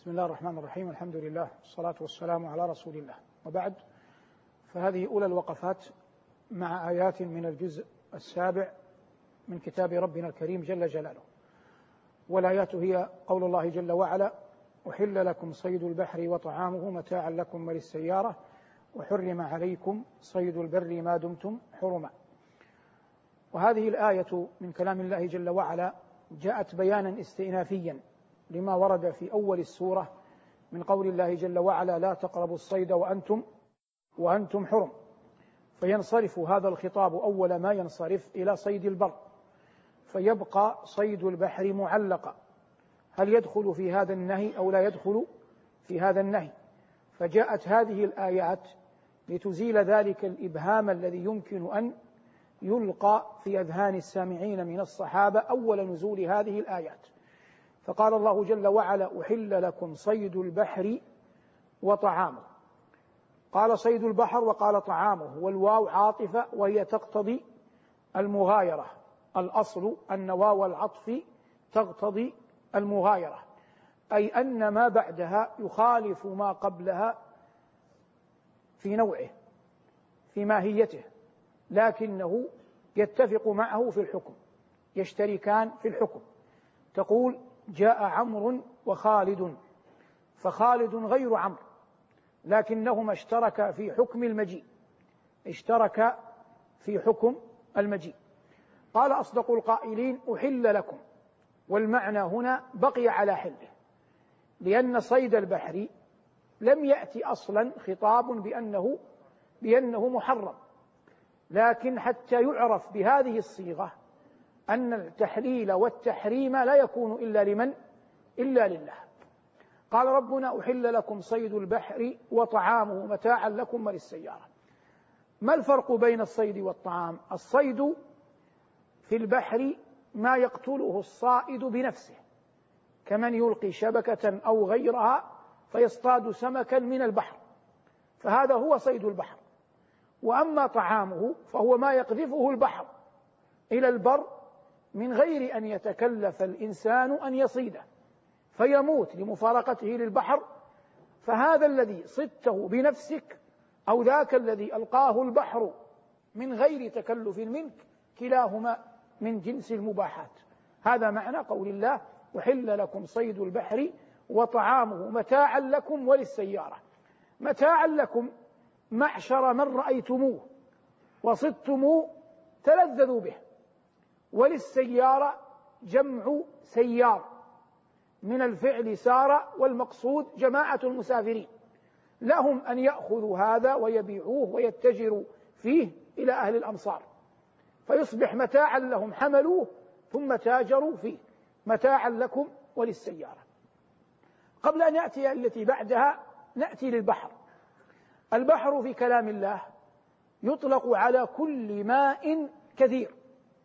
بسم الله الرحمن الرحيم. الحمد لله والصلاة والسلام على رسول الله، وبعد، فهذه أولى الوقفات مع آيات من الجزء 7 من كتاب ربنا الكريم جل جلاله. والآيات هي قول الله جل وعلا: أحل لكم صيد البحر وطعامه متاعا لكم وللسيارة وحرم عليكم صيد البر ما دمتم حرما. وهذه الآية من كلام الله جل وعلا جاءت بيانا استئنافيا لما ورد في أول السورة من قول الله جل وعلا: لا تقربوا الصيد وأنتم حرم. فينصرف هذا الخطاب أول ما ينصرف إلى صيد البر، فيبقى صيد البحر معلقا، هل يدخل في هذا النهي أو لا يدخل في هذا النهي؟ فجاءت هذه الآيات لتزيل ذلك الإبهام الذي يمكن أن يلقى في أذهان السامعين من الصحابة أول نزول هذه الآيات. فقال الله جل وعلا: أحل لكم صيد البحر وطعامه. قال صيد البحر وقال طعامه، والواو عاطفة وهي تقتضي المغايرة. الأصل أن واو العطف تقتضي المغايرة، أي أن ما بعدها يخالف ما قبلها في نوعه في ماهيته، لكنه يتفق معه في الحكم، يشتركان في الحكم. تقول: جاء عمرو وخالد، فخالد غير عمرو، لكنهما اشتركا في حكم المجيء، اشتركا في حكم المجيء. قال أصدق القائلين: أحل لكم، والمعنى هنا بقي على حله، لأن صيد البحر لم يأتي أصلا خطاب بأنه محرم، لكن حتى يعرف بهذه الصيغة أن التحليل والتحريم لا يكون إلا لمن؟ إلا لله. قال ربنا: أحل لكم صيد البحر وطعامه متاعا لكم وللسيارة. ما الفرق بين الصيد والطعام؟ الصيد في البحر ما يقتله الصائد بنفسه، كمن يلقي شبكة أو غيرها فيصطاد سمكا من البحر، فهذا هو صيد البحر. وأما طعامه فهو ما يقذفه البحر إلى البر من غير أن يتكلف الإنسان أن يصيده فيموت لمفارقته للبحر، فهذا الذي صدته بنفسك أو ذاك الذي ألقاه البحر من غير تكلف منك، كلاهما من جنس المباحات. هذا معنى قول الله: أحل لكم صيد البحر وطعامه متاعا لكم وللسيارة. متاعا لكم معشر من رأيتموه وصدتموه تلذذوا به، وللسيارة جمع سيار من الفعل سار، والمقصود جماعة المسافرين، لهم أن يأخذوا هذا ويبيعوه ويتجروا فيه إلى أهل الأمصار، فيصبح متاعا لهم، حملوه ثم تاجروا فيه. متاعا لكم وللسيارة. قبل أن يأتي التي بعدها نأتي للبحر. البحر في كلام الله يطلق على كل ماء كثير،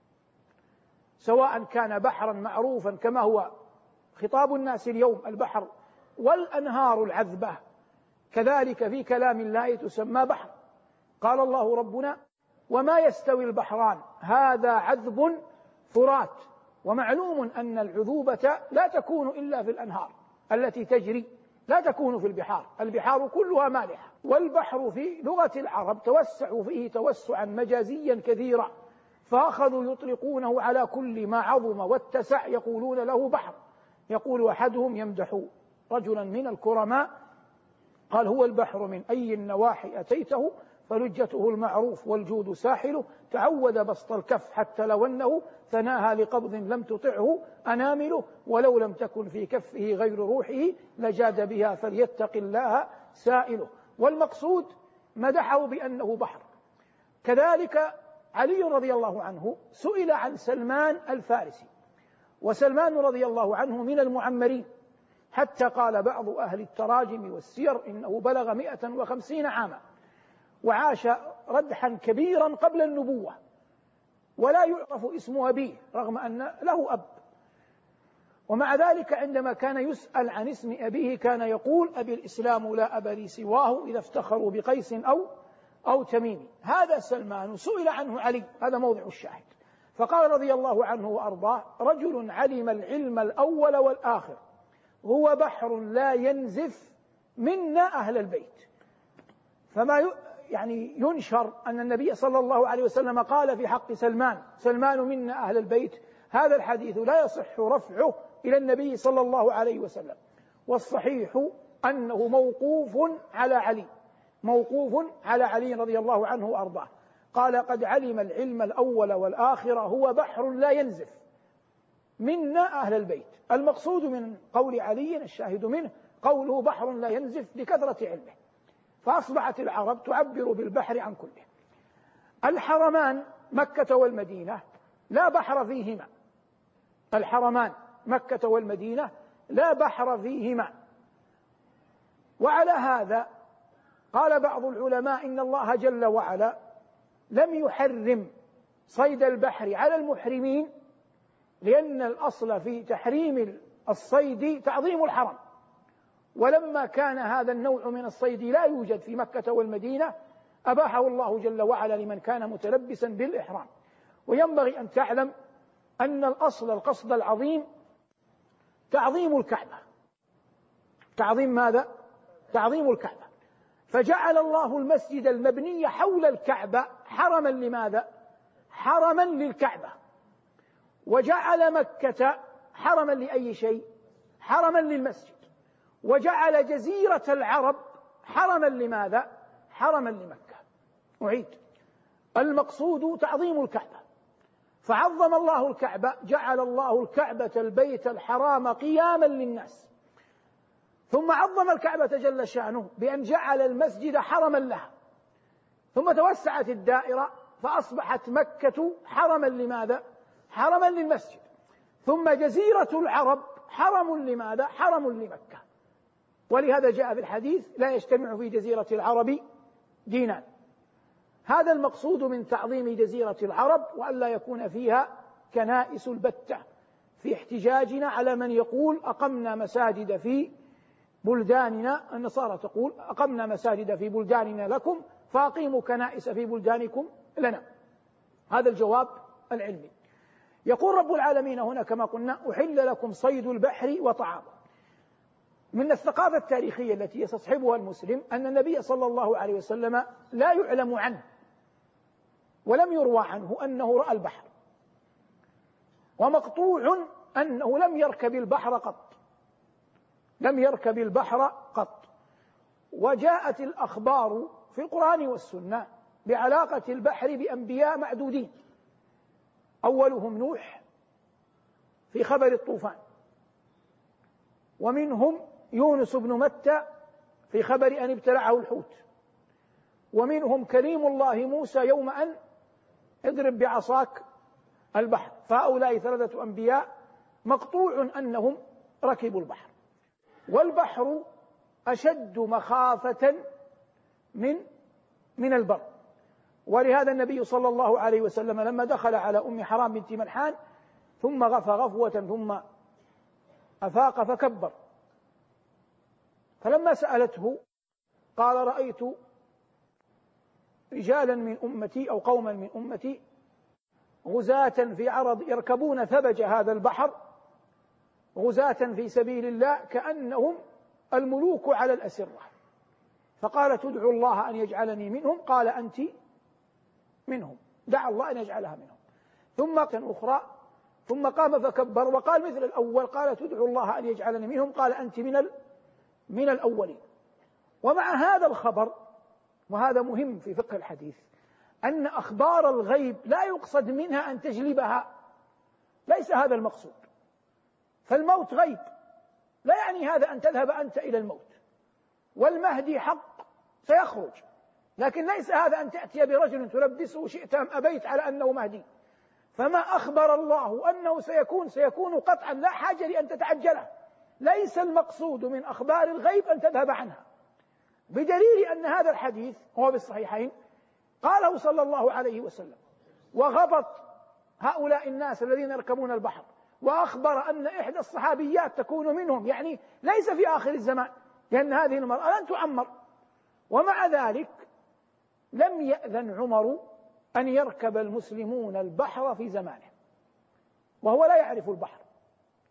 سواء كان بحرا معروفا كما هو خطاب الناس اليوم البحر، والأنهار العذبة كذلك في كلام الله تسمى بحر. قال الله ربنا: وما يستوي البحران هذا عذب فرات. ومعلوم أن العذوبة لا تكون إلا في الأنهار التي تجري، لا تكون في البحار، البحار كلها مالحة. والبحر في لغة العرب توسعوا فيه توسعا مجازيا كثيرا، فأخذوا يطلقونه على كل ما عظم واتسع يقولون له بحر. يقول أحدهم يمدح رجلا من الكرماء قال: هو البحر من أي النواحي أتيته فلجته المعروف والجود ساحله، تعود بسط الكف حتى لو أنه ثناها لقبض لم تطعه أنامله، ولو لم تكن في كفه غير روحه لجاد بها فليتق الله سائله. والمقصود مدحه بأنه بحر. كذلك علي رضي الله عنه سئل عن سلمان الفارسي، وسلمان رضي الله عنه من المعمرين، حتى قال بعض أهل التراجم والسير إنه بلغ 150 عاما، وعاش ردحا كبيرا قبل النبوة، ولا يعرف اسم أبيه رغم أن له أب. ومع ذلك عندما كان يسأل عن اسم أبيه كان يقول: أبي الإسلام لا أب لي سواه، إذا افتخروا بقيس أو تميم. هذا سلمان سئل عنه علي، هذا موضع الشاهد. فقال رضي الله عنه وأرضاه: رجل علم العلم الأول والآخر، هو بحر لا ينزف منا أهل البيت. فما يعني ينشر أن النبي صلى الله عليه وسلم قال في حق سلمان منا أهل البيت، هذا الحديث لا يصح رفعه إلى النبي صلى الله عليه وسلم، والصحيح أنه موقوف على علي رضي الله عنه وأرضاه. قال: قد علم العلم الأول والآخر هو بحر لا ينزف منا أهل البيت. المقصود من قول علي الشاهد منه قوله بحر لا ينزف لكثرة علمه، فأصبحت العرب تعبر بالبحر عن كله. الحرمان مكة والمدينة لا بحر فيهما، الحرمان مكة والمدينة لا بحر فيهما. وعلى هذا قال بعض العلماء إن الله جل وعلا لم يحرم صيد البحر على المحرمين، لأن الأصل في تحريم الصيد تعظيم الحرم، ولما كان هذا النوع من الصيد لا يوجد في مكة والمدينة أباحه الله جل وعلا لمن كان متلبسا بالإحرام. وينبغي أن تعلم أن القصد العظيم تعظيم الكعبة. تعظيم ماذا؟ تعظيم الكعبة. فجعل الله المسجد المبني حول الكعبة حرما لماذا؟ حرما للكعبة. وجعل مكة حرما لأي شيء؟ حرما للمسجد. وجعل جزيرة العرب حرما لماذا؟ حرما لمكة. أعيد: المقصود تعظيم الكعبة، فعظم الله الكعبة، جعل الله الكعبة البيت الحرام قياما للناس، ثم عظم الكعبة جل شأنه بأن جعل المسجد حرما لها، ثم توسعت الدائرة فأصبحت مكة حرما لماذا؟ حرما للمسجد. ثم جزيرة العرب حرم لماذا؟ حرم لمكة. ولهذا جاء في الحديث: لا يجتمع في جزيرة العرب دينان. هذا المقصود من تعظيم جزيرة العرب، وألا يكون فيها كنائس البتة، في احتجاجنا على من يقول أقمنا مساجد في بلداننا. النصارى تقول أقمنا مساجد في بلداننا لكم فأقيموا كنائس في بلدانكم لنا. هذا الجواب العلمي. يقول رب العالمين هنا كما قلنا: أحل لكم صيد البحر وطعامه. من الثقافة التاريخية التي يستصحبها المسلم أن النبي صلى الله عليه وسلم لا يعلم عنه ولم يروى عنه أنه رأى البحر، ومقطوع أنه لم يركب البحر قط. وجاءت الأخبار في القرآن والسنة بعلاقة البحر بأنبياء معدودين، أولهم نوح في خبر الطوفان، ومنهم يونس بن متى في خبر أن ابتلعه الحوت، ومنهم كليم الله موسى يوم أن اضرب بعصاك البحر. فهؤلاء 3 أنبياء مقطوع أنهم ركبوا البحر. والبحر أشد مخافة من البر، ولهذا النبي صلى الله عليه وسلم لما دخل على أم حرام بنت ملحان ثم غفى غفوة ثم أفاق فكبر، فلما سألته قال: رأيت رجالا من أمتي أو قوما من أمتي غزاة في عرض يركبون ثبج هذا البحر، غزاة في سبيل الله كأنهم الملوك على الأسرة. فقال: تدعو الله أن يجعلني منهم؟ قال: أنت منهم، دعا الله أن يجعلها منهم. ثم أخرى ثم قام فكبر وقال مثل الأول، قال: تدعو الله أن يجعلني منهم؟ قال: أنت من الأولين. ومع هذا الخبر، وهذا مهم في فقه الحديث، أن أخبار الغيب لا يقصد منها أن تجلبها، ليس هذا المقصود. فالموت غيب، لا يعني هذا أن تذهب أنت إلى الموت، والمهدي حق سيخرج، لكن ليس هذا أن تأتي برجل تلبسه شئت أم أبيت على أنه مهدي. فما أخبر الله أنه سيكون قطعا، لا حاجة لأن تتعجله. ليس المقصود من أخبار الغيب أن تذهب عنها، بدليل أن هذا الحديث هو بالصحيحين قاله صلى الله عليه وسلم، وغبط هؤلاء الناس الذين يركبون البحر، وأخبر أن إحدى الصحابيات تكون منهم، يعني ليس في آخر الزمان، لأن هذه المرأة لن تعمر. ومع ذلك لم يأذن عمر أن يركب المسلمون البحر في زمانه، وهو لا يعرف البحر،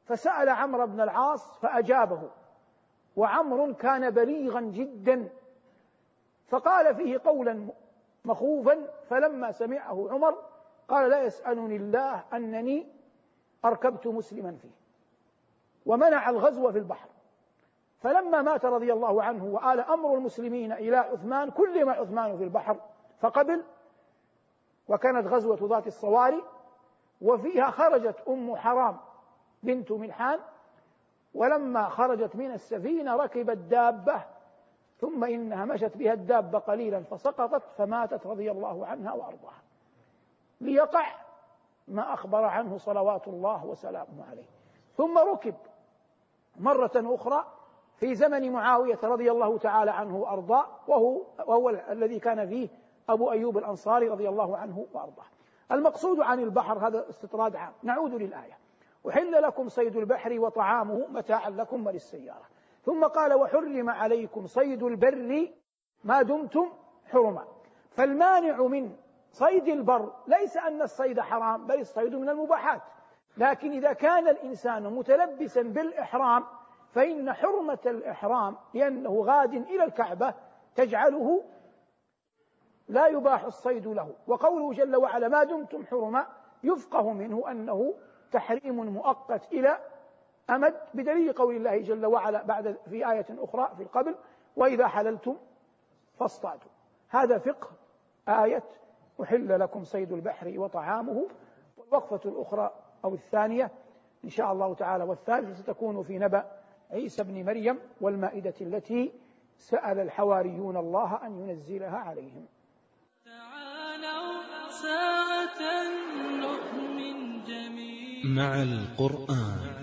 فسأل عمرو بن العاص فأجابه، وعمرو كان بليغا جدا، فقال فيه قولا مخوفا، فلما سمعه عمر قال: لا يسألني الله أنني أركبت مسلما فيه، ومنع الغزو في البحر. فلما مات رضي الله عنه وآل أمر المسلمين إلى عثمان كلم عثمان في البحر فقبل، وكانت غزوة ذات الصواري، وفيها خرجت أم حرام بنت ملحان، ولما خرجت من السفينة ركبت دابة، ثم إنها مشت بها الدابة قليلا فسقطت فماتت رضي الله عنها وأرضاها، ليقع ما أخبر عنه صلوات الله وسلامه عليه. ثم ركب مرة أخرى في زمن معاوية رضي الله تعالى عنه وأرضاه، وهو الذي كان فيه أبو أيوب الأنصاري رضي الله عنه وأرضاه. المقصود عن البحر هذا استطراد عام. نعود للآية: أحل لكم صيد البحر وطعامه متاعا لكم وللسيارة. ثم قال: وحرم عليكم صيد البر ما دمتم حرما. فالمانع من صيد البر ليس أن الصيد حرام، بل الصيد من المباحات، لكن إذا كان الإنسان متلبسا بالإحرام فإن حرمة الإحرام لأنه غاد إلى الكعبة تجعله لا يباح الصيد له. وقوله جل وعلا: ما دمتم حرما، يفقه منه أنه تحريم مؤقت إلى أمد، بدليل قول الله جل وعلا بعد في آية أخرى في القبل: وإذا حللتم فاصطادوا. هذا فقه آية أحل لكم صيد البحر وطعامه. والوقفة الأخرى أو الثانية إن شاء الله تعالى والثالثة ستكون في نبأ عيسى بن مريم والمائدة التي سأل الحواريون الله أن ينزلها عليهم. تعالوا ساعة نؤمن جميعا مع القرآن.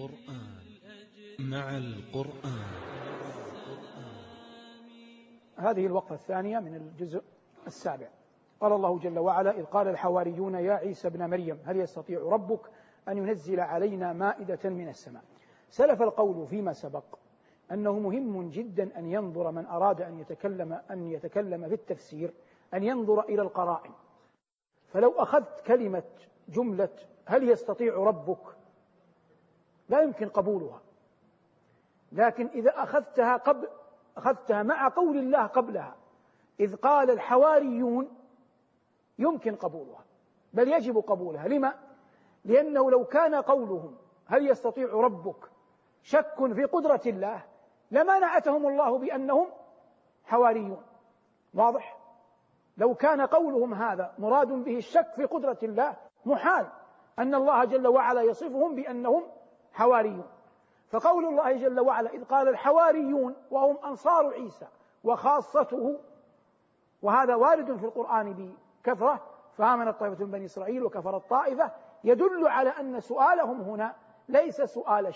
هذه الوقفة الثانية من الجزء السابع. قال الله جل وعلا: إذ قال الحواريون يا عيسى بن مريم هل يستطيع ربك أن ينزل علينا مائدة من السماء. سلف القول فيما سبق أنه مهم جدا أن ينظر من أراد أن يتكلم في التفسير أن ينظر إلى القرائن. فلو أخذت كلمة جملة هل يستطيع ربك لا يمكن قبولها، لكن إذا أخذتها مع قول الله قبلها إذ قال الحواريون يمكن قبولها، بل يجب قبولها. لما؟ لأنه لو كان قولهم هل يستطيع ربك شك في قدرة الله لما نعتهم الله بأنهم حواريون. واضح؟ لو كان قولهم هذا مراد به الشك في قدرة الله محال أن الله جل وعلا يصفهم بأنهم حواريون. فقول الله جل وعلا إذ قال الحواريون وهم أنصار عيسى وخاصته، وهذا وارد في القرآن بكثرة، فآمنت طائفة من بني إسرائيل وكفرت طائفة، يدل على أن سؤالهم هنا ليس سؤال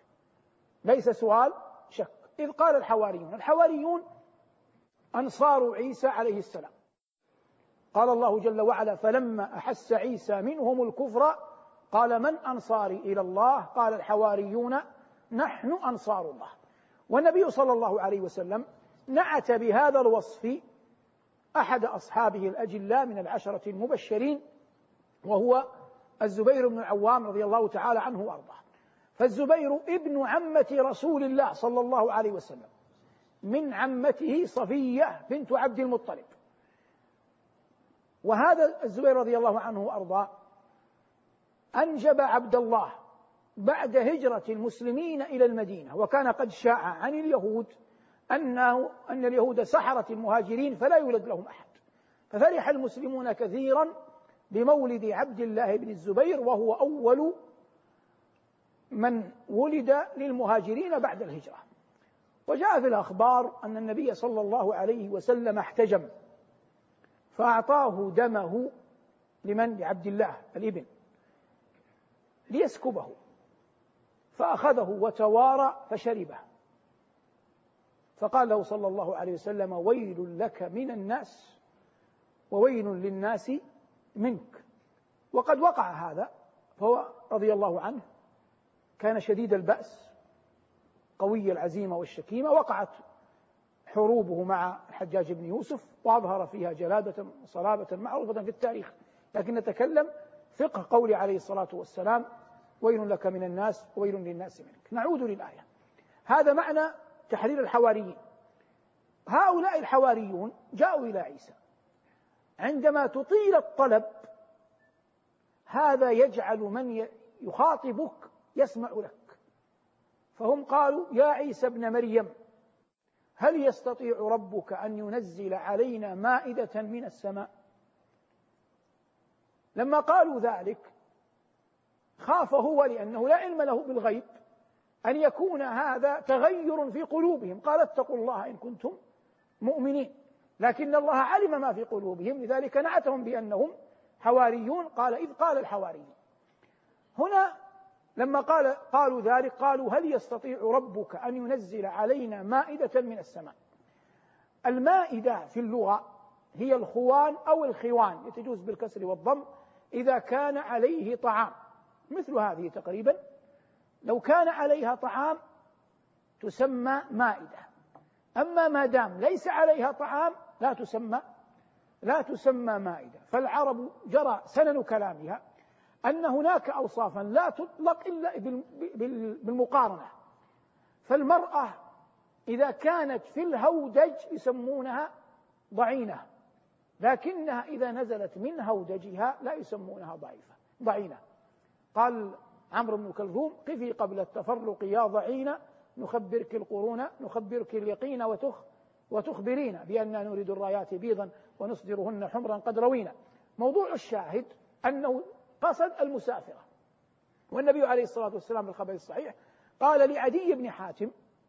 شك. إذ قال الحواريون أنصار عيسى عليه السلام. قال الله جل وعلا فلما أحس عيسى منهم الكفر قال من أنصاري إلى الله قال الحواريون نحن أنصار الله. والنبي صلى الله عليه وسلم نعت بهذا الوصف أحد أصحابه الأجلاء من العشرة المبشرين، وهو الزبير بن العوام رضي الله تعالى عنه وأرضاه. فالزبير ابن عمة رسول الله صلى الله عليه وسلم من عمته صفية بنت عبد المطلب. وهذا الزبير رضي الله عنه وأرضاه أنجب عبد الله بعد هجرة المسلمين إلى المدينة، وكان قد شاع عن اليهود أن اليهود سحرة المهاجرين فلا يولد لهم أحد، ففرح المسلمون كثيرا بمولد عبد الله بن الزبير، وهو أول من ولد للمهاجرين بعد الهجرة. وجاء في الأخبار أن النبي صلى الله عليه وسلم احتجم فأعطاه دمه لعبد الله الابن ليسكبه، فأخذه وتوارى فشربه، فقال له صلى الله عليه وسلم ويل لك من الناس وويل للناس منك. وقد وقع هذا، فهو رضي الله عنه كان شديد البأس قوي العزيمة والشكيمة. وقعت حروبه مع الحجاج بن يوسف وأظهر فيها جلادة وصلابة معروفة في التاريخ، لكن نتكلم فقه قول عليه الصلاة والسلام ويل لك من الناس وويل للناس منك. نعود للآية. هذا معنى تحرير الحواريين. هؤلاء الحواريون جاءوا إلى عيسى، عندما تطيل الطلب هذا يجعل من يخاطبك يسمع لك، فهم قالوا يا عيسى ابن مريم هل يستطيع ربك أن ينزل علينا مائدة من السماء؟ لما قالوا ذلك خاف هو لأنه لا علم له بالغيب أن يكون هذا تغير في قلوبهم، قال اتقوا الله إن كنتم مؤمنين، لكن الله علم ما في قلوبهم، لذلك نعتهم بأنهم حواريون. قال إذ قال الحواريون. هنا لما قالوا ذلك قالوا هل يستطيع ربك أن ينزل علينا مائدة من السماء؟ المائدة في اللغة هي الخوان أو الخوان، يتجوز بالكسر والضم إذا كان عليه طعام، مثل هذه تقريبا، لو كان عليها طعام تسمى مائدة، أما ما دام ليس عليها طعام لا تسمى مائدة. فالعرب جرى سنن كلامها أن هناك أوصافا لا تطلق إلا بالمقارنة، فالمرأة إذا كانت في الهودج يسمونها ضعينة، لكنها إذا نزلت من هودجها لا يسمونها ضعينة. قال عمرو بن كلثوم قفي قبل التفرق يا ضعينة نخبرك القرون نخبرك اليقين وتخبرين بأننا نريد الرايات بيضا ونصدرهن حمرا قد روينا. موضوع الشاهد أنه قصد المسافرة، والنبي عليه الصلاة والسلام بالخبر الصحيح قال لعدي بن حاتم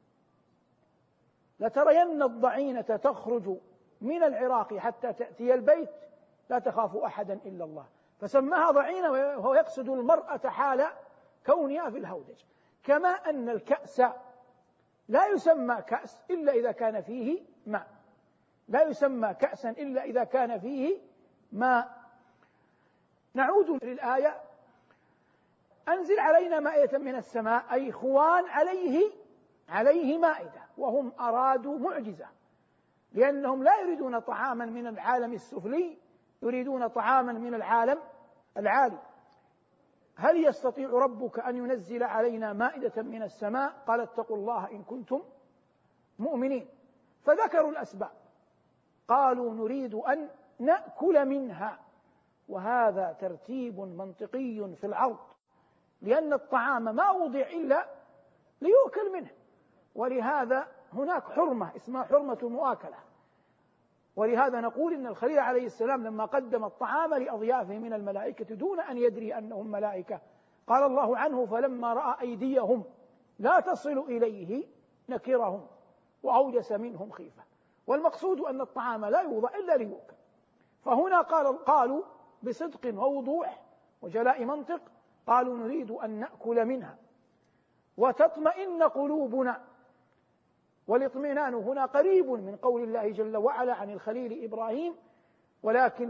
لترين الضعينة تخرج من العراق حتى تأتي البيت لا تخاف أحدا إلا الله، فسماها ضعينة وهو يقصد المرأة حال كونها في الهودج. كما أن الكأس لا يسمى كأس إلا إذا كان فيه ماء، لا يسمى كأسا إلا إذا كان فيه ماء. نعود للآية. أنزل علينا مائدة من السماء أي خوان عليه مائدة، وهم أرادوا معجزة، لأنهم لا يريدون طعاما من العالم السفلي، يريدون طعاما من العالم العالي. هل يستطيع ربك أن ينزل علينا مائدة من السماء؟ قال اتقوا الله إن كنتم مؤمنين. فذكروا الأسباب، قالوا نريد أن نأكل منها، وهذا ترتيب منطقي في العرض، لأن الطعام ما وضع إلا ليؤكل منه، ولهذا هناك حرمة اسمها حرمة المؤاكلة. ولهذا نقول إن الخليل عليه السلام لما قدم الطعام لأضيافه من الملائكة دون أن يدري أنهم ملائكة قال الله عنه فلما رأى أيديهم لا تصل إليه نكرهم وأوجس منهم خيفة. والمقصود أن الطعام لا يوضع إلا ليؤكل. فهنا قالوا بصدق ووضوح وجلاء منطق، قالوا نريد أن نأكل منها وتطمئن قلوبنا. والاطمئنان هنا قريب من قول الله جل وعلا عن الخليل إبراهيم ولكن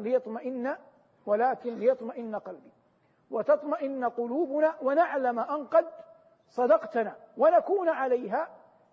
ليطمئن قلبي، وتطمئن قلوبنا ونعلم أن قد صدقتنا ونكون عليها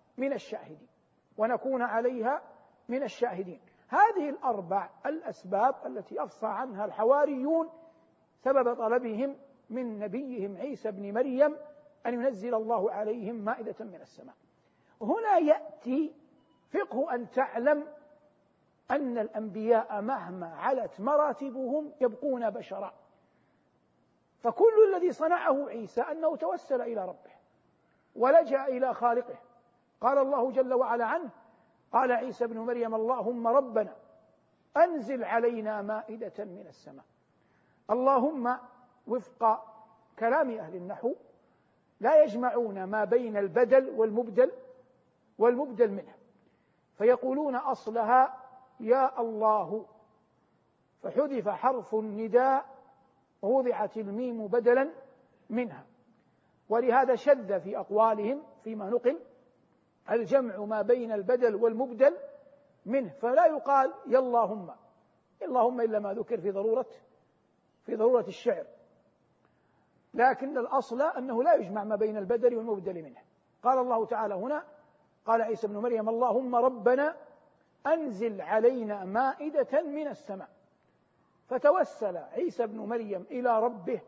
من الشاهدين. هذه الأربع الأسباب التي أفصى عنها الحواريون سبب طلبهم من نبيهم عيسى بن مريم أن ينزل الله عليهم مائدة من السماء. هنا يأتي فقه أن تعلم أن الأنبياء مهما علت مراتبهم يبقون بشرا، فكل الذي صنعه عيسى أنه توسل إلى ربه ولجأ إلى خالقه. قال الله جل وعلا عنه قال عيسى بن مريم اللهم ربنا أنزل علينا مائدة من السماء. اللهم وفق كلام أهل النحو لا يجمعون ما بين البدل والمبدل منه، فيقولون أصلها يا الله فحذف حرف النداء ووضعت الميم بدلا منها، ولهذا شذ في أقوالهم فيما نقل الجمع ما بين البدل والمبدل منه، فلا يقال يا اللهم إلا ما ذكر في ضرورة الشعر، لكن الأصل أنه لا يجمع ما بين البدل والمبدل منه. قال الله تعالى هنا قال عيسى بن مريم اللهم ربنا أنزل علينا مائدة من السماء، فتوسل عيسى بن مريم إلى ربه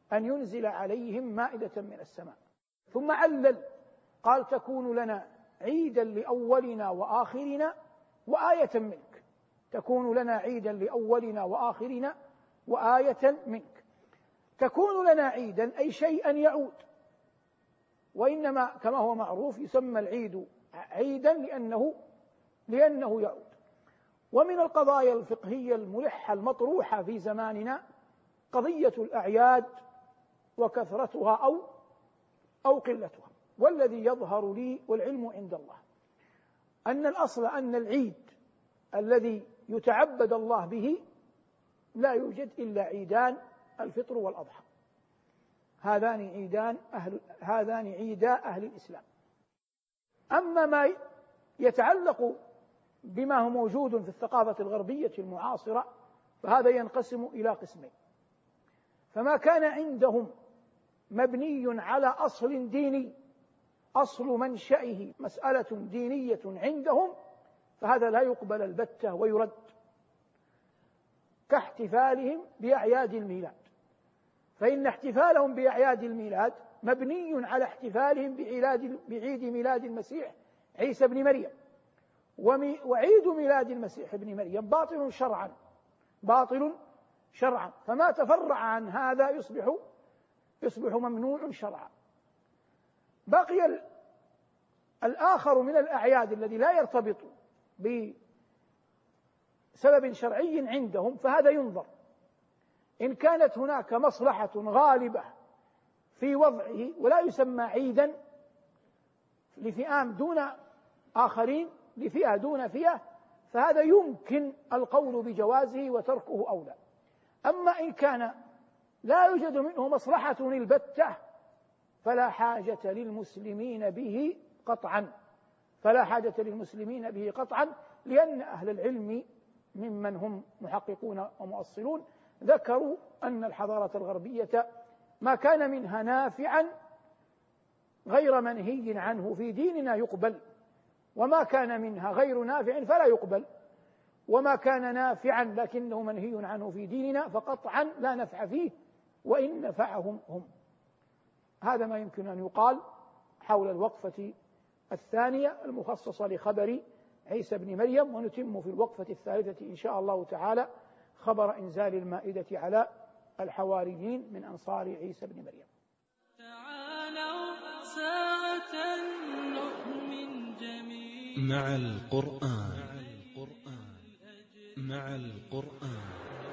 أن ينزل عليهم مائدة من السماء. ثم علل قال تكون لنا عيدا لأولنا وآخرنا وآية منك، تكون لنا عيدا لأولنا وآخرنا وآية منك. تكون لنا عيدا أي شيئا يعود، وإنما كما هو معروف يسمى العيد عيدا لأنه يعود. ومن القضايا الفقهية الملحة المطروحة في زماننا قضية الأعياد وكثرتها أو قلتها. والذي يظهر لي والعلم عند الله أن الأصل أن العيد الذي يتعبد الله به لا يوجد إلا عيدان، الفطر والأضحى، هذان عيدا أهل الإسلام. أما ما يتعلق بما هو موجود في الثقافة الغربية المعاصرة فهذا ينقسم إلى قسمين. فما كان عندهم مبني على أصل ديني، أصل منشأه مسألة دينية عندهم، فهذا لا يقبل البتة ويرد، كاحتفالهم بأعياد الميلاد، فإن احتفالهم بأعياد الميلاد مبني على احتفالهم بعيد ميلاد المسيح عيسى بن مريم، وعيد ميلاد المسيح ابن مريم باطل شرعا، فما تفرع عن هذا يصبح ممنوع شرعا. بقي الآخر من الأعياد الذي لا يرتبط بسبب شرعي عندهم، فهذا ينظر إن كانت هناك مصلحة غالبة في وضعه، ولا يسمى عيدا لفئام دون آخرين، لفئة دون فئة، فهذا يمكن القول بجوازه وتركه أولى. أما إن كان لا يوجد منه مصلحة البتة فلا حاجة للمسلمين به قطعا، لأن أهل العلم ممن هم محققون ومؤصلون ذكروا أن الحضارة الغربية ما كان منها نافعا غير منهي عنه في ديننا يقبل، وما كان منها غير نافع فلا يقبل، وما كان نافعا لكنه منهي عنه في ديننا فقطعا لا نفع فيه وإن نفعهم هم. هذا ما يمكن أن يقال حول الوقفة الثانية المخصصة لخبر عيسى بن مريم، ونتم في الوقفة الثالثة إن شاء الله تعالى خبر إنزال المائدة على الحواريين من أنصار عيسى بن مريم. تعالوا ساعة نؤمن جميعا مع القرآن.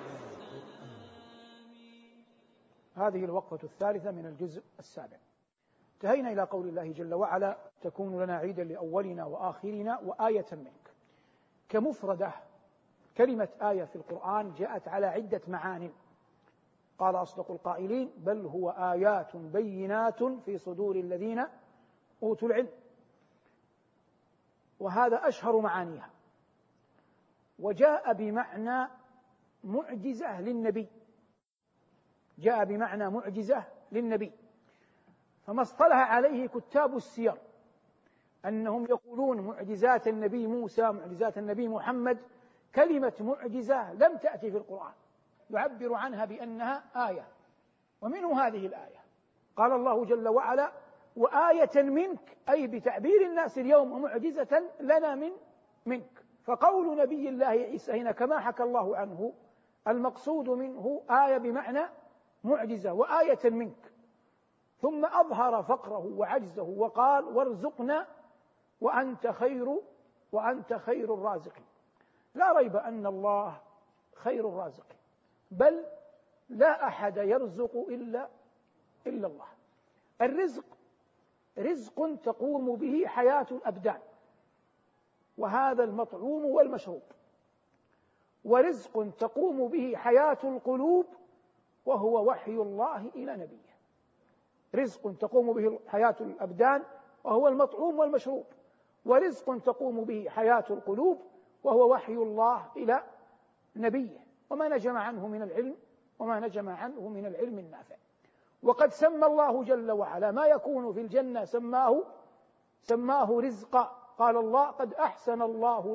هذه الوقفة الثالثة من الجزء السابع. انتهينا إلى قول الله جل وعلا تكون لنا عيدا لأولنا وآخرنا وآية منك. كمفردة كلمة آية في القرآن جاءت على عدة معان. قال أصدق القائلين بل هو آيات بينات في صدور الذين أوتوا العلم، وهذا أشهر معانيها. وجاء بمعنى معجزة للنبي، فما اصطلح عليه كتاب السير أنهم يقولون معجزات النبي موسى، معجزات النبي محمد، كلمة معجزة لم تأتي في القرآن، يعبر عنها بأنها آية. ومنه هذه الآية قال الله جل وعلا وآية منك، أي بتعبير الناس اليوم معجزة لنا منك. فقول نبي الله عيسى هنا كما حكى الله عنه المقصود منه آية بمعنى معجزة وآية منك، ثم أظهر فقره وعجزه وقال وارزقنا وأنت خير الرازقين. لا ريب أن الله خير الرازقين، بل لا أحد يرزق إلا الله. الرزق رزق تقوم به حياة الأبدان، وهذا المطعوم والمشروب، ورزق تقوم به حياة القلوب وهو وحي الله إلى نبيه. رزق تقوم به حياة الأبدان وهو المطعوم والمشروب، ورزق تقوم به حياة القلوب وهو وحي الله إلى نبيه، وما نجم عنه من العلم النافع. وقد سمى الله جل وعلا ما يكون في الجنة سماه رزقا. قال الله قد أحسن الله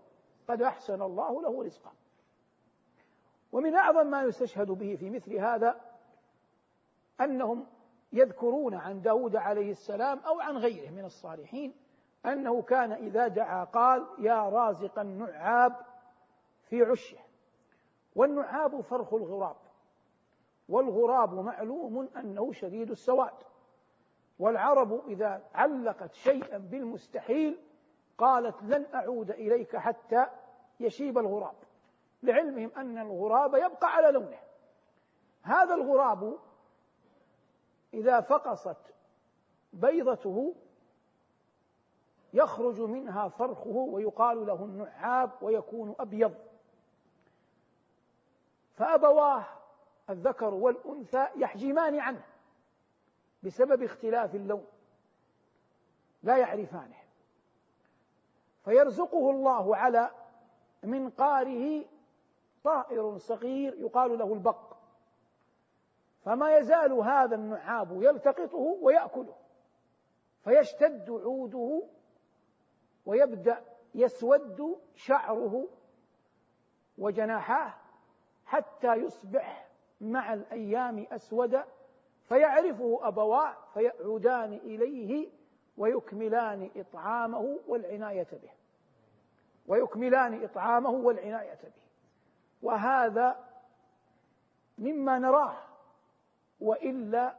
له رزقا. ومن أعظم ما يستشهد به في مثل هذا أنهم يذكرون عن داود عليه السلام أو عن غيره من الصالحين أنه كان إذا دعا قال: يا رازق النعاب في عشه. والنعاب فرخ الغراب، والغراب معلوم أنه شديد السواد، والعرب إذا علقت شيئا بالمستحيل قالت: لن أعود إليك حتى يشيب الغراب، لعلمهم أن الغراب يبقى على لونه. هذا الغراب إذا فقست بيضته يخرج منها فرخه ويقال له النعاب ويكون أبيض، فأبواه الذكر والأنثى يحجمان عنه بسبب اختلاف اللون، لا يعرفانه، فيرزقه الله على منقاره طائر صغير يقال له البق، فما يزال هذا النعاب يلتقطه ويأكله، فيشتد عوده ويبدأ يسود شعره وجناحاه حتى يصبح مع الأيام أسود، فيعرفه أبواه فيعودان إليه ويكملان إطعامه والعناية به، وهذا مما نراه، وإلا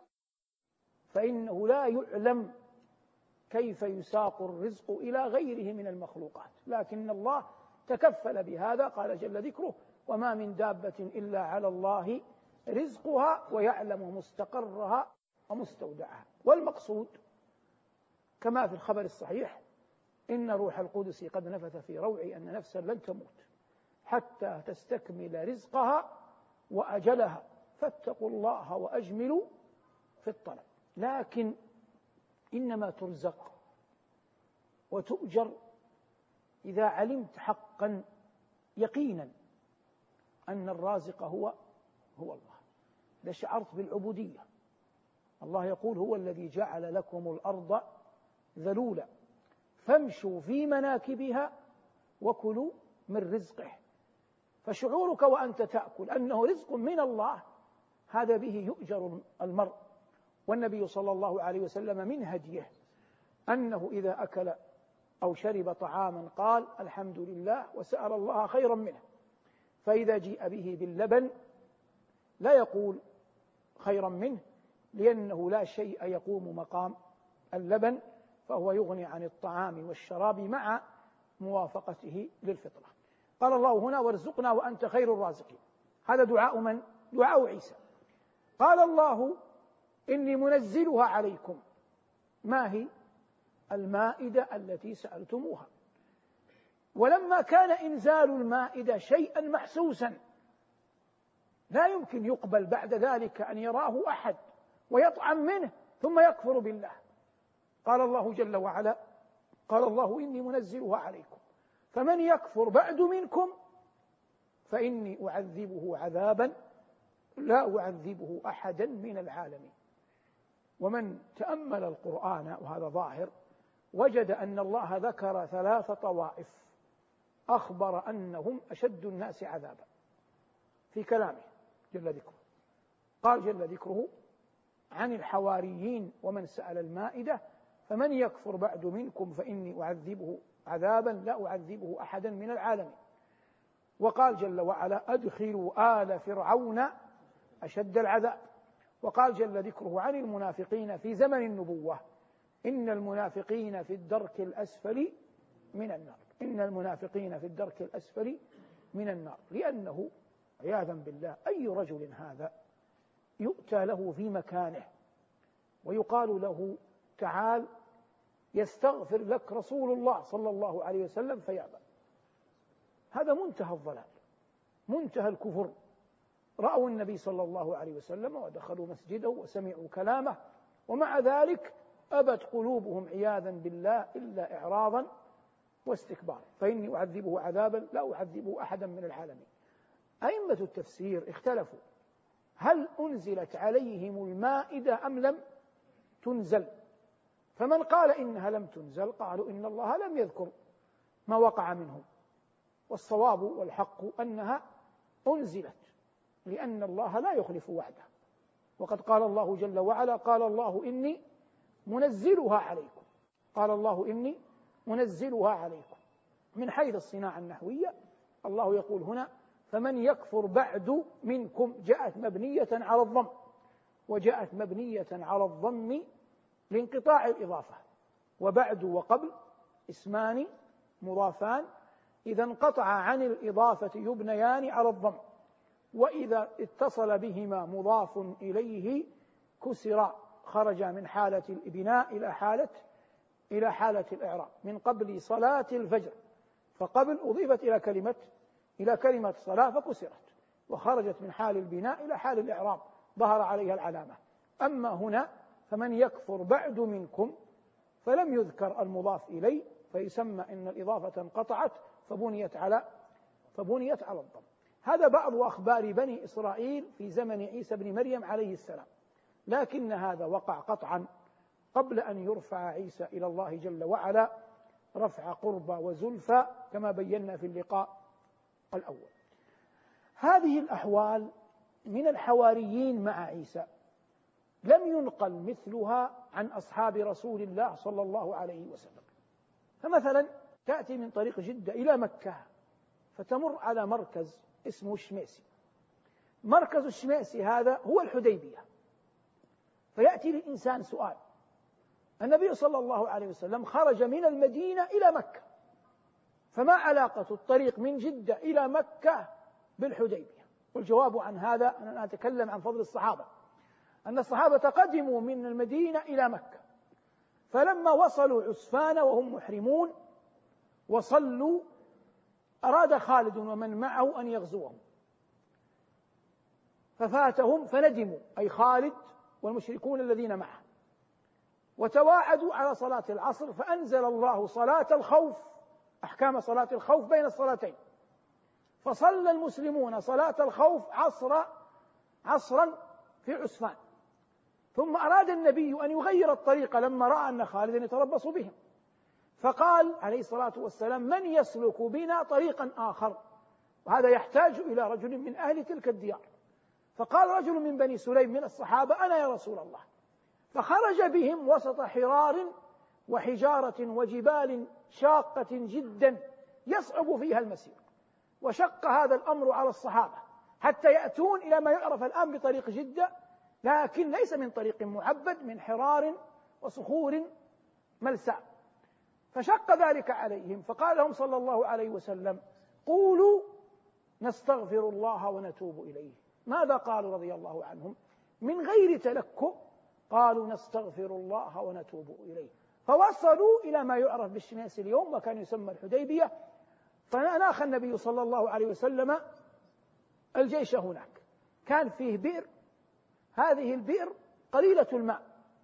فإنه لا يعلم كيف يساق الرزق إلى غيره من المخلوقات، لكن الله تكفل بهذا. قال جل ذكره: وما من دابة إلا على الله رزقها ويعلم مستقرها ومستودعها. والمقصود كما في الخبر الصحيح: إن روح القدس قد نفث في روعي أن نفسا لن تموت حتى تستكمل رزقها وأجلها، فاتقوا الله وأجملوا في الطلب. لكن إنما ترزق وتؤجر إذا علمت حقا يقينا أن الرازق هو الله، لشعرت بالعبودية. الله يقول: هو الذي جعل لكم الأرض ذلولا فامشوا في مناكبها وكلوا من رزقه. فشعورك وأنت تأكل أنه رزق من الله، هذا به يؤجر المرء. والنبي صلى الله عليه وسلم من هديه أنه إذا أكل أو شرب طعاما قال: الحمد لله، وسأل الله خيرا منه. فإذا جيء به باللبن لا يقول خيرا منه، لأنه لا شيء يقوم مقام اللبن، فهو يغني عن الطعام والشراب مع موافقته للفطرة. قال الله هنا: وارزقنا وأنت خير الرازقين. هذا دعاء من؟ دعاء عيسى. قال الله: إني منزلها عليكم. ما هي؟ المائدة التي سألتموها. ولما كان إنزال المائدة شيئا محسوسا لا يمكن يقبل بعد ذلك أن يراه أحد ويطعم منه ثم يكفر بالله. قال الله جل وعلا: قال الله: إني منزلها عليكم فمن يكفر بعد منكم فإني أعذبه عذابا لا أعذبه أحدا من العالمين. ومن تأمل القرآن، وهذا ظاهر، وجد أن الله ذكر 3 طوائف أخبر أنهم أشد الناس عذابا في كلامه جل ذكره. قال جل ذكره عن الحواريين ومن سأل المائدة: فمن يكفر بعد منكم فإني أعذبه عذابا لا أعذبه أحدا من العالمين. وقال جل وعلا: أدخلوا آل فرعون أشد العذاب. وقال جل ذكره عن المنافقين في زمن النبوة: إن المنافقين في الدرك الأسفل من النار. إن المنافقين في الدرك الأسفل من النار، لأنه عياذا بالله أي رجل هذا يؤتى له في مكانه ويقال له: تعال يستغفر لك رسول الله صلى الله عليه وسلم فيأبى. هذا منتهى الضلال، منتهى الكفر. رأوا النبي صلى الله عليه وسلم ودخلوا مسجده وسمعوا كلامه، ومع ذلك أبت قلوبهم عياذا بالله إلا إعراضا واستكبارا. فإني أعذبه عذابا لا أعذبه أحدا من العالمين. أئمة التفسير اختلفوا: هل أنزلت عليهم المائدة أم لم تنزل؟ فمن قال إنها لم تنزل قالوا إن الله لم يذكر ما وقع منهم، والصواب والحق أنها أنزلت، لأن الله لا يخلف وعده. وقد قال الله جل وعلا: قال الله إني منزلها عليكم. قال الله إني منزلها عليكم. من حيث الصناعة النحوية الله يقول هنا: فمن يكفر بعد منكم، جاءت مبنية على الضم، وجاءت مبنية على الضم لانقطاع الإضافة، وبعد وقبل اسمان مضافان إذا انقطع عن الإضافة يبنيان على الضم، وإذا اتصل بهما مضاف إليه كسر، خرج من حالة البناء إلى حالة الإعراب. من قبل صلاة الفجر، فقبل أضيفت إلى كلمة صلاة فكسرت، وخرجت من حال البناء إلى حال الإعراب، ظهر عليها العلامة. أما هنا فمن يكفر بعد منكم، فلم يذكر المضاف إليه، فيسمى إن الإضافة انقطعت فبنيت على الضم. هذا بعض أخبار بني إسرائيل في زمن عيسى بن مريم عليه السلام، لكن هذا وقع قطعا قبل أن يرفع عيسى إلى الله جل وعلا رفع قربى وزلفى كما بينا في اللقاء الأول. هذه الأحوال من الحواريين مع عيسى لم ينقل مثلها عن أصحاب رسول الله صلى الله عليه وسلم. فمثلا تأتي من طريق جدة إلى مكة، فتمر على مركز اسمه الشميسي. مركز الشميسي هذا هو الحديبية. فيأتي للإنسان سؤال: النبي صلى الله عليه وسلم خرج من المدينة إلى مكة، فما علاقة الطريق من جدة إلى مكة بالحديبية؟ والجواب عن هذا أنا أتكلم عن فضل الصحابة، أن الصحابة قدموا من المدينة إلى مكة، فلما وصلوا عسفان وهم محرمون وصلوا، أراد خالد ومن معه أن يغزوهم ففاتهم، فندموا، أي خالد والمشركون الذين معه، وتواعدوا على صلاة العصر، فأنزل الله صلاة الخوف، أحكام صلاة الخوف بين الصلاتين، فصلى المسلمون صلاة الخوف عصرا في عسفان. ثم أراد النبي أن يغير الطريق لما رأى أن خالدا يتربص بهم، فقال عليه الصلاة والسلام: من يسلك بنا طريقا آخر؟ وهذا يحتاج إلى رجل من أهل تلك الديار. فقال رجل من بني سليم من الصحابة: أنا يا رسول الله. فخرج بهم وسط حرار وحجارة وجبال شاقة جدا يصعب فيها المسير، وشق هذا الأمر على الصحابة حتى يأتون إلى ما يعرف الآن بطريق جدة، لكن ليس من طريق معبد، من حرار وصخور ملساء. فشق ذلك عليهم، فقال لهم صلى الله عليه وسلم: قولوا نستغفر الله ونتوب إليه. ماذا قالوا رضي الله عنهم؟ من غير تلكؤ قالوا: نستغفر الله ونتوب إليه. فوصلوا إلى ما يعرف بالشماس اليوم وكان يسمى الحديبية. فناخ النبي صلى الله عليه وسلم الجيش هناك، كان فيه بئر، هذه البئر قليلة الماء،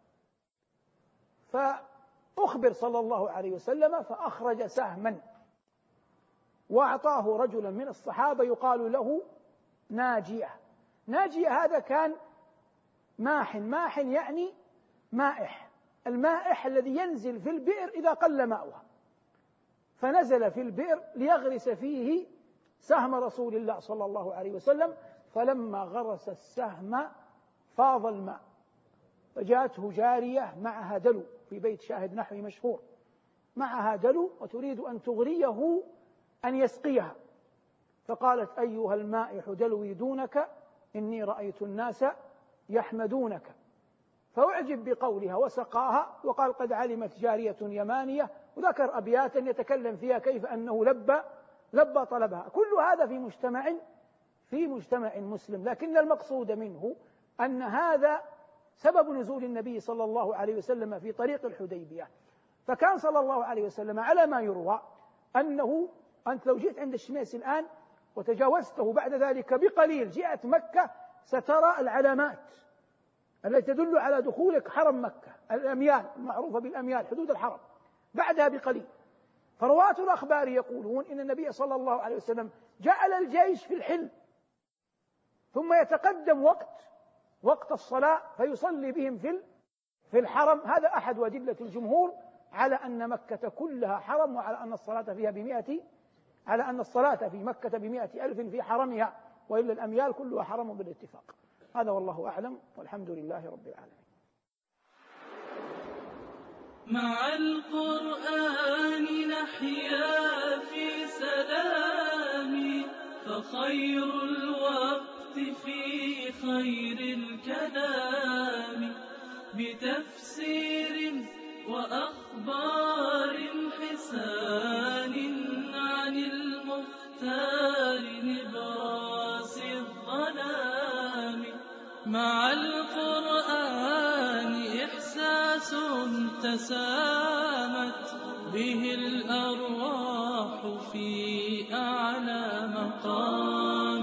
فأخبر صلى الله عليه وسلم فأخرج سهما وأعطاه رجلا من الصحابة يقال له ناجية. ناجية هذا كان ماح يعني مائح، المائح الذي ينزل في البئر إذا قل ماؤها، فنزل في البئر ليغرس فيه سهم رسول الله صلى الله عليه وسلم، فلما غرس السهم فاض الماء، فجاءته جارية معها دلو، في بيت شاهد نحوي مشهور، معها دلو وتريد أن تغريه أن يسقيها، فقالت: أيها المائح دلوي دونك، إني رأيت الناس يحمدونك. فأعجب بقولها وسقاها، وقال: قد علمت جارية يمانية، وذكر أبياتا يتكلم فيها كيف أنه لبى طلبها. كل هذا في مجتمع مسلم، لكن المقصود منه أن هذا سبب نزول النبي صلى الله عليه وسلم في طريق الحديبية. فكان صلى الله عليه وسلم على ما يروى أنه أنت لو جئت عند الشميس الآن وتجاوزته بعد ذلك بقليل جئت مكة، سترى العلامات التي تدل على دخولك حرم مكة، الأميال المعروفة بالأميال، حدود الحرم، بعدها بقليل. فرواة الأخبار يقولون إن النبي صلى الله عليه وسلم جعل الجيش في الحل، ثم يتقدم وقت الصلاة فيصلي بهم في الحرم. هذا أحد أدلة الجمهور على أن مكة كلها حرم، وعلى أن الصلاة فيها على أن الصلاة في مكة ب100,000 في حرمها، وإلا الأميال كلها حرم بالاتفاق. هذا والله أعلم، والحمد لله رب العالمين. مع القرآن نحيا في سلام، فخير الوقت في خير الكلام، بتفسير وأخبار حسان عن المختار نبراس الظلام. مع القرآن إحساس تسامت به الأرواح في أعلى مقام.